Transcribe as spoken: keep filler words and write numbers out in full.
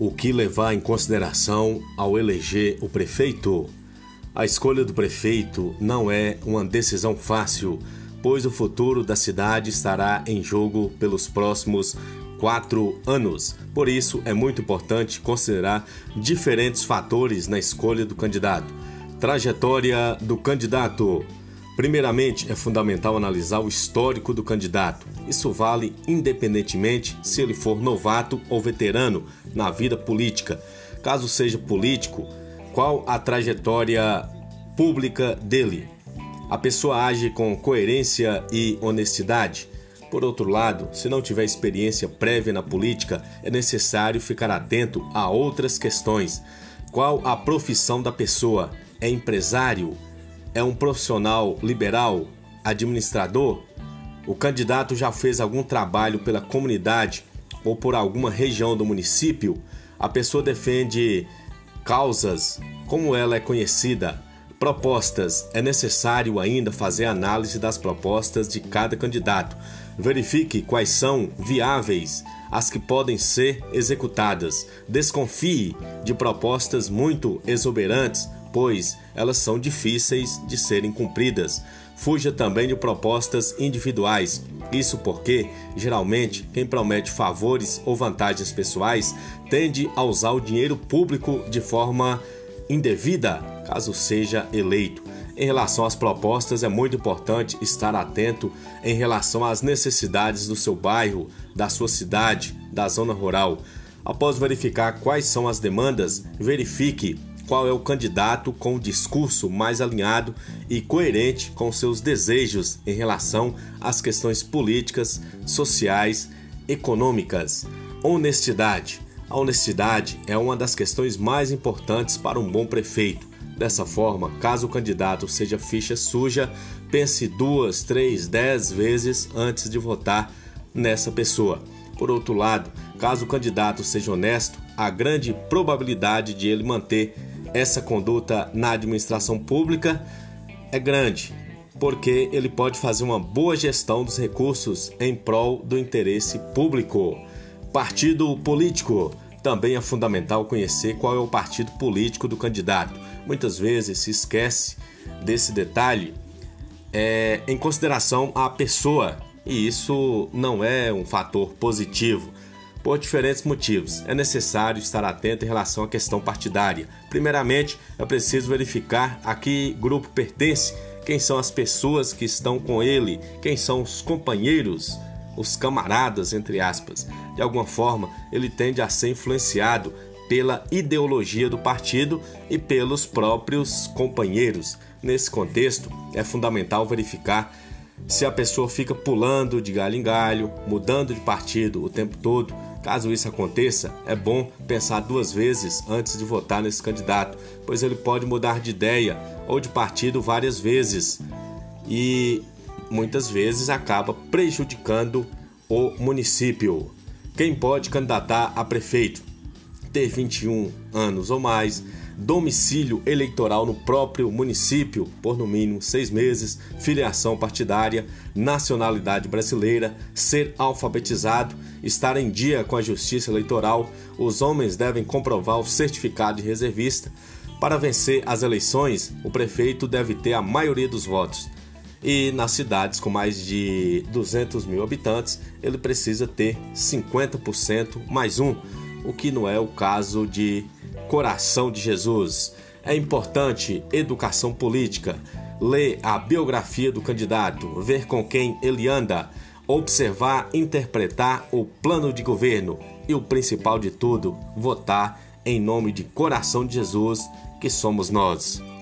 O que levar em consideração ao eleger o prefeito? A escolha do prefeito não é uma decisão fácil, pois o futuro da cidade estará em jogo pelos próximos quatro anos. Por isso, é muito importante considerar diferentes fatores na escolha do candidato. Trajetória do candidato. Primeiramente, é fundamental analisar o histórico do candidato. Isso vale independentemente se ele for novato ou veterano na vida política. Caso seja político, qual a trajetória pública dele? A pessoa age com coerência e honestidade? Por outro lado, se não tiver experiência prévia na política, é necessário ficar atento a outras questões. Qual a profissão da pessoa? É empresário? É um profissional liberal? Administrador? O candidato já fez algum trabalho pela comunidade ou por alguma região do município? A pessoa defende causas? Como ela é conhecida? Propostas. É necessário ainda fazer análise das propostas de cada candidato. Verifique quais são viáveis, as que podem ser executadas. Desconfie de propostas muito exuberantes, pois elas são difíceis de serem cumpridas. Fuja também de propostas individuais. Isso porque, geralmente, quem promete favores ou vantagens pessoais tende a usar o dinheiro público de forma indevida, caso seja eleito. Em relação às propostas, é muito importante estar atento em relação às necessidades do seu bairro, da sua cidade, da zona rural. Após verificar quais são as demandas, verifique qual é o candidato com o discurso mais alinhado e coerente com seus desejos em relação às questões políticas, sociais, econômicas. Honestidade. A honestidade é uma das questões mais importantes para um bom prefeito. Dessa forma, caso o candidato seja ficha suja, pense duas, três, dez vezes antes de votar nessa pessoa. Por outro lado, caso o candidato seja honesto, há grande probabilidade de ele manter essa conduta na administração pública é grande, porque ele pode fazer uma boa gestão dos recursos em prol do interesse público. Partido político. Também é fundamental conhecer qual é o partido político do candidato. Muitas vezes se esquece desse detalhe é, em consideração à pessoa, e isso não é um fator positivo. Por diferentes motivos, é necessário estar atento em relação à questão partidária. Primeiramente, é preciso verificar a que grupo pertence, quem são as pessoas que estão com ele, quem são os companheiros, os camaradas, entre aspas. De alguma forma, ele tende a ser influenciado pela ideologia do partido e pelos próprios companheiros. Nesse contexto, é fundamental verificar se a pessoa fica pulando de galho em galho, mudando de partido o tempo todo. Caso isso aconteça, é bom pensar duas vezes antes de votar nesse candidato, pois ele pode mudar de ideia ou de partido várias vezes e muitas vezes acaba prejudicando o município. Quem pode candidatar a prefeito? Ter vinte e um anos ou mais, domicílio eleitoral no próprio município por no mínimo seis meses, filiação partidária, nacionalidade brasileira, ser alfabetizado, estar em dia com a justiça eleitoral. Os homens devem comprovar o certificado de reservista. Para vencer as eleições, o prefeito deve ter a maioria dos votos. E nas cidades com mais de duzentos mil habitantes, ele precisa ter cinquenta por cento mais um, o que não é o caso de Coração de Jesus. É importante educação política, ler a biografia do candidato, ver com quem ele anda, observar, interpretar o plano de governo e o principal de tudo, votar em nome de Coração de Jesus, que somos nós.